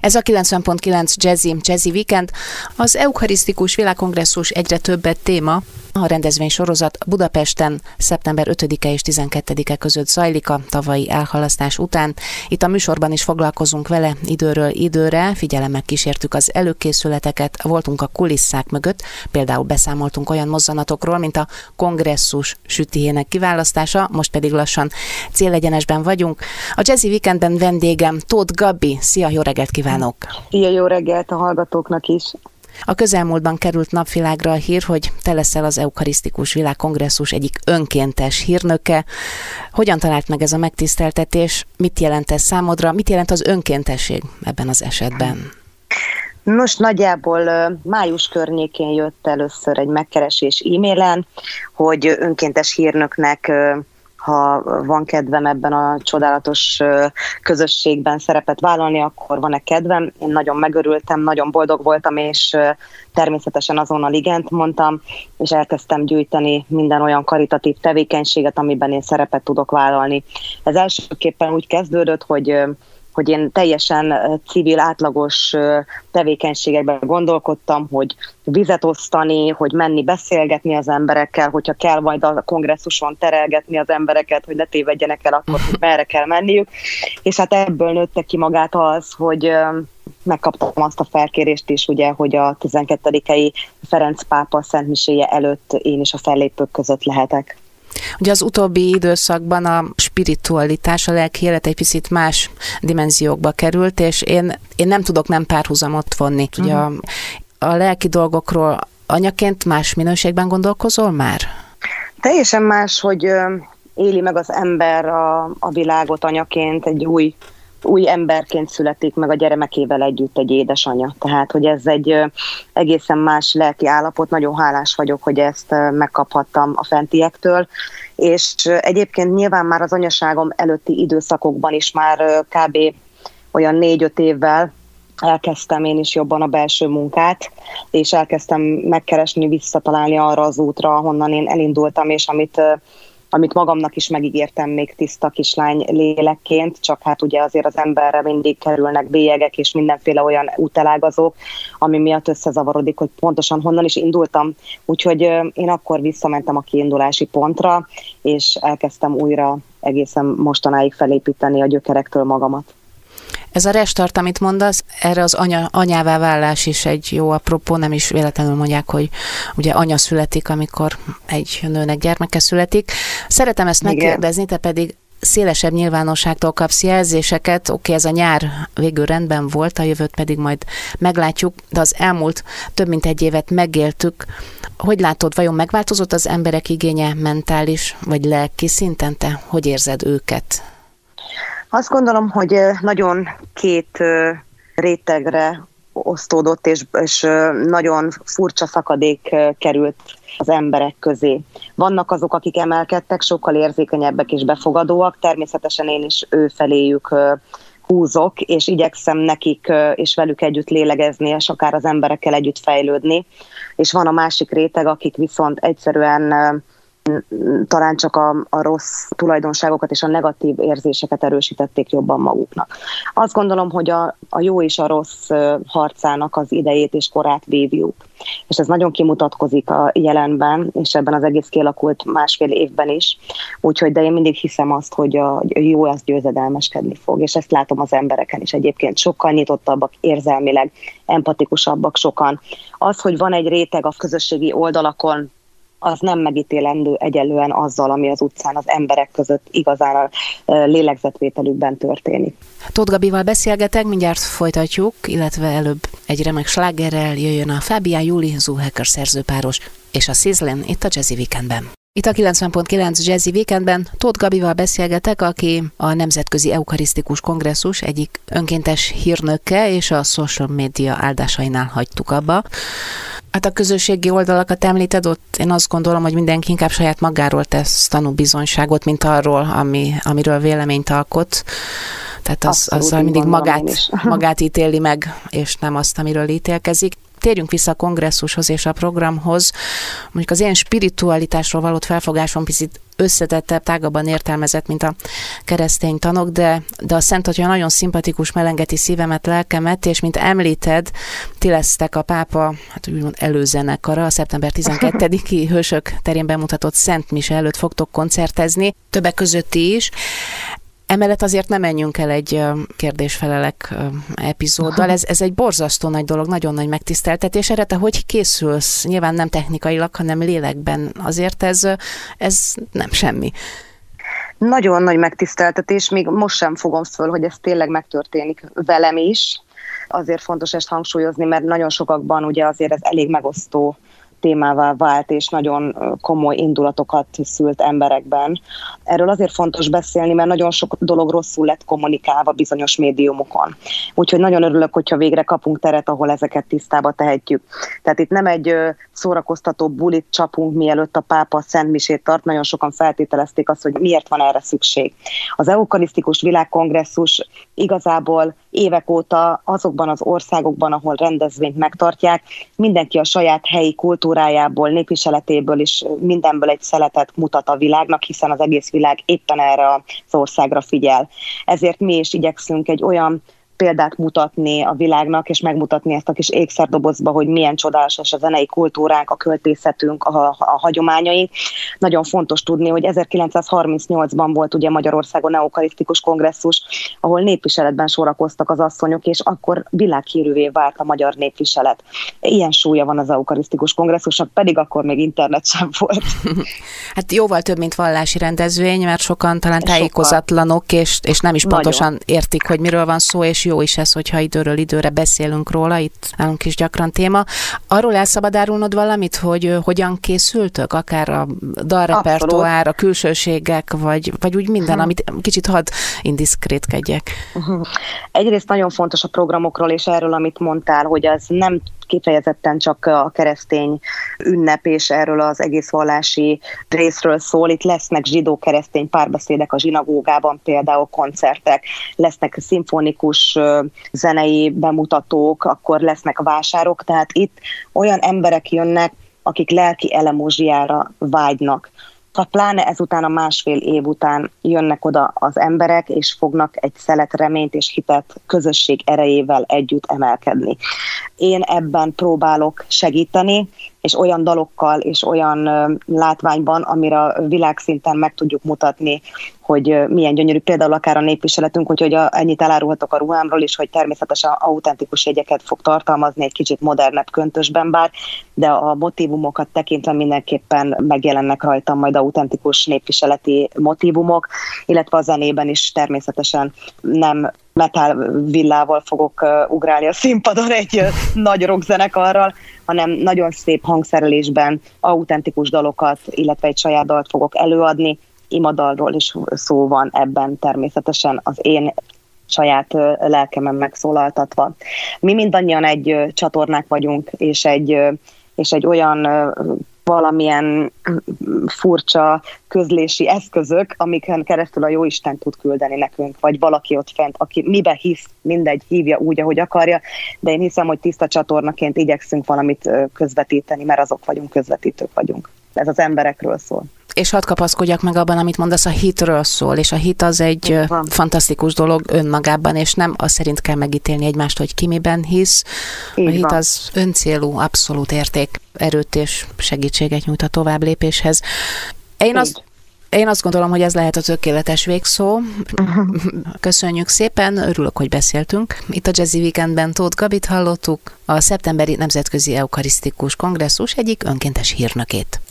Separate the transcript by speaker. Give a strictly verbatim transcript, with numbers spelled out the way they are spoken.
Speaker 1: Ez a kilencven pont kilenc Jazzy, Jazzy Weekend. Az Eucharisztikus Világkongresszus egyre többet téma. A rendezvénysorozat Budapesten szeptember ötödike és tizenkettedike között zajlik a tavalyi elhalasztás után. Itt a műsorban is foglalkozunk vele időről időre, figyelemmel kísértük az előkészületeket, voltunk a kulisszák mögött, például beszámoltunk olyan mozzanatokról, mint a kongresszus sütihének kiválasztása, most pedig lassan célegyenesben vagyunk. A Jazzy Weekendben vendégem Tóth Gabi. Szia, jó reggelt kívánok!
Speaker 2: Szia, jó reggelt a hallgatóknak is!
Speaker 1: A közelmúltban került napvilágra a hír, hogy te leszel az Eucharisztikus Világkongresszus egyik önkéntes hírnöke. Hogyan talált meg ez a megtiszteltetés? Mit jelent ez számodra? Mit jelent az önkéntesség ebben az esetben?
Speaker 2: Nos, nagyjából május környékén jött először egy megkeresés e-mailen, hogy önkéntes hírnöknek, ha van kedvem ebben a csodálatos közösségben szerepet vállalni, akkor van-e kedvem. Én nagyon megörültem, nagyon boldog voltam, és természetesen azonnal igent mondtam, és elkezdtem gyűjteni minden olyan karitatív tevékenységet, amiben én szerepet tudok vállalni. Ez elsőképpen úgy kezdődött, hogy hogy én teljesen civil, átlagos tevékenységekben gondolkodtam, hogy vizet osztani, hogy menni beszélgetni az emberekkel, hogyha kell majd a kongresszuson terelgetni az embereket, hogy ne tévedjenek el akkor, hogy merre kell menniük. És hát ebből nőtte ki magát az, hogy megkaptam azt a felkérést is, ugye, hogy a tizenkettedikei Ferenc pápa szentmiséje előtt én is a fellépők között lehetek.
Speaker 1: Ugye az utóbbi időszakban a spiritualitás, a lelki élet egy picit más dimenziókba került, és én, én nem tudok nem párhuzamot vonni. Ugye a, a lelki dolgokról anyaként más minőségben gondolkozol már?
Speaker 2: Teljesen más, hogy éli meg az ember a, a világot anyaként, egy új új emberként születik meg a gyermekével együtt egy édesanya. Tehát, hogy ez egy egészen más lelki állapot. Nagyon hálás vagyok, hogy ezt megkaphattam a fentiektől. És egyébként nyilván már az anyaságom előtti időszakokban is már kb. Olyan négy-öt évvel elkezdtem én is jobban a belső munkát, és elkezdtem megkeresni, visszatalálni arra az útra, ahonnan én elindultam, és amit amit magamnak is megígértem még tiszta kislány lélekként, csak hát ugye azért az emberre mindig kerülnek bélyegek és mindenféle olyan útelágazók, ami miatt összezavarodik, hogy pontosan honnan is indultam. Úgyhogy én akkor visszamentem a kiindulási pontra, és elkezdtem újra egészen mostanáig felépíteni a gyökerektől magamat.
Speaker 1: Ez a restart, amit mondasz, erre az anya, anyává válás is egy jó apropó, nem is véletlenül mondják, hogy ugye anya születik, amikor egy nőnek gyermeke születik. Szeretem ezt megkérdezni, te pedig szélesebb nyilvánosságtól kapsz jelzéseket, oké, ez a nyár végül rendben volt, a jövőt pedig majd meglátjuk, de az elmúlt több mint egy évet megéltük. Hogy látod, vajon megváltozott az emberek igénye mentális vagy lelki szinten? Te hogy érzed őket?
Speaker 2: Azt gondolom, hogy nagyon két rétegre osztódott, és, és nagyon furcsa szakadék került az emberek közé. Vannak azok, akik emelkedtek, sokkal érzékenyebbek és befogadóak, természetesen én is ő feléjük húzok, és igyekszem nekik és velük együtt lélegezni, és akár az emberekkel együtt fejlődni. És van a másik réteg, akik viszont egyszerűen talán csak a, a rossz tulajdonságokat és a negatív érzéseket erősítették jobban maguknak. Azt gondolom, hogy a, a jó és a rossz harcának az idejét és korát vívjuk. És ez nagyon kimutatkozik a jelenben, és ebben az egész kialakult másfél évben is. Úgyhogy, de én mindig hiszem azt, hogy a, a jó az győzedelmeskedni fog, és ezt látom az embereken is egyébként. Sokkal nyitottabbak, érzelmileg, empatikusabbak sokan. Az, hogy van egy réteg a közösségi oldalakon, az nem megítélendő egyelően azzal, ami az utcán az emberek között igazán a lélegzetvételükben történik.
Speaker 1: Tóth Gabival beszélgetek, mindjárt folytatjuk, illetve előbb egy remek slágerrel jöjjön a Fabian Juli, Zoo Hacker szerzőpáros és a Sizzlin itt a Jazzy Weekendben. Itt a kilencven pont kilenc Jazzy Weekendben Tóth Gabival beszélgetek, aki a Nemzetközi Eucharisztikus Kongresszus egyik önkéntes hírnöke, és a social media áldásainál hagytuk abba. Hát a közösségi oldalakat említed, ott én azt gondolom, hogy mindenki inkább saját magáról tesz tanúbizonyságot, mint arról, ami, amiről véleményt alkot. Tehát az, azzal mindig magát, magát ítéli meg, és nem azt, amiről ítélkezik. térjünk vissza a kongresszushoz és a programhoz. Mondjuk az én spiritualitásról való felfogásom picit összetettebb, tágabban értelmezett, mint a keresztény tanok, de, de a Szent Atya nagyon szimpatikus, melengeti szívemet, lelkemet, és mint említed, ti lesztek a pápa, hát úgymond előzenekara, a szeptember tizenkettediki Hősök terén bemutatott Szent Mise előtt fogtok koncertezni, többek között ti is. Emellett azért nem menjünk el egy kérdésfelelek epizóddal. Ez, ez egy borzasztó nagy dolog, nagyon nagy megtiszteltetés. Erre te hogy készülsz? Nyilván nem technikailag, hanem lélekben. Azért ez, ez nem semmi.
Speaker 2: Nagyon nagy megtiszteltetés, még most sem fogom föl, hogy ez tényleg megtörténik velem is. Azért fontos ezt hangsúlyozni, mert nagyon sokakban ugye azért ez elég megosztó témává vált, és nagyon komoly indulatokat szült emberekben. Erről azért fontos beszélni, mert nagyon sok dolog rosszul lett kommunikálva bizonyos médiumokon. Úgyhogy nagyon örülök, hogyha végre kapunk teret, ahol ezeket tisztába tehetjük. Tehát itt nem egy szórakoztató bulit csapunk, mielőtt a pápa Szent Misét tart, nagyon sokan feltételezték azt, hogy miért van erre szükség. Az Eukarisztikus Világkongresszus igazából évek óta azokban az országokban, ahol rendezvényt megtartják, mindenki a saját helyi kultúrájából, népviseletéből és mindenből egy szeletet mutat a világnak, hiszen az egész világ éppen erre az országra figyel. Ezért mi is igyekszünk egy olyan példát mutatni a világnak, és megmutatni ezt a kis ékszerdobozba, hogy milyen csodálatos a zenei kultúránk, a költészetünk, a, a hagyományaink. Nagyon fontos tudni, hogy ezerkilencszázharmincnyolcban volt ugye Magyarországon eukarisztikus kongresszus, ahol népviseletben sorakoztak az asszonyok, és akkor világhírűvé vált a magyar népviselet. Ilyen súlya van az eukarisztikus kongresszusnak, pedig akkor még internet sem volt.
Speaker 1: Hát jóval több, mint vallási rendezvény, mert sokan talán tájékozatlanok, és, és nem is pontosan Nagyon. értik, hogy miről van szó, és jó is ez, hogyha időről időre beszélünk róla, itt nálunk is gyakran téma. Arról el szabad árulnod valamit, hogy hogyan készültök, akár a dalrepertoár, a külsőségek, vagy, vagy úgy minden, amit kicsit hadd indiszkrétkedjek.
Speaker 2: Egyrészt nagyon fontos a programokról, és erről, amit mondtál, hogy az nem kifejezetten csak a keresztény ünnep, és erről az egész vallási részről szól. Itt lesznek zsidó-keresztény párbeszédek a zsinagógában, például koncertek, lesznek szimfonikus zenei bemutatók, akkor lesznek vásárok, tehát itt olyan emberek jönnek, akik lelki elemózsiára vágynak. Tehát pláne ezután a másfél év után jönnek oda az emberek, és fognak egy szelet reményt és hitet közösség erejével együtt emelkedni. Én ebben próbálok segíteni, és olyan dalokkal és olyan látványban, amire világszinten meg tudjuk mutatni, hogy milyen gyönyörű, például akár a népviseletünk, úgyhogy a, ennyit elárulhatok a ruhámról is, hogy természetesen autentikus jegyeket fog tartalmazni, egy kicsit modernebb köntösben bár, de a motívumokat tekintve mindenképpen megjelennek rajtam majd autentikus népviseleti motívumok, illetve a zenében is természetesen nem metal villával fogok uh, ugrálni a színpadon egy uh, nagy rockzenekarral, hanem nagyon szép hangszerelésben autentikus dalokat, illetve egy saját dalt fogok előadni. Imadalról is szó van ebben természetesen az én saját uh, lelkemen megszólaltatva. Mi mindannyian egy uh, csatornák vagyunk, és egy, uh, és egy olyan uh, valamilyen furcsa közlési eszközök, amiken keresztül a Jóisten tud küldeni nekünk, vagy valaki ott fent, aki mibe hisz, mindegy, hívja úgy, ahogy akarja, de én hiszem, hogy tiszta csatornaként igyekszünk valamit közvetíteni, mert azok vagyunk, közvetítők vagyunk. Ez az emberekről szól.
Speaker 1: És hadd kapaszkodjak meg abban, amit mondasz, a hitről szól, és a hit az egy fantasztikus dolog önmagában, és nem az szerint kell megítélni egymást, hogy ki miben hisz. Így a hit van. Az öncélú, abszolút érték, erőt és segítséget nyújt a tovább lépéshez. Én azt, én azt gondolom, hogy ez lehet a tökéletes végszó. Köszönjük szépen, örülök, hogy beszéltünk. Itt a Jazzy Weekendben Tóth Gabit hallottuk, a szeptemberi Nemzetközi Eukarisztikus Kongresszus egyik önkéntes hírnökét.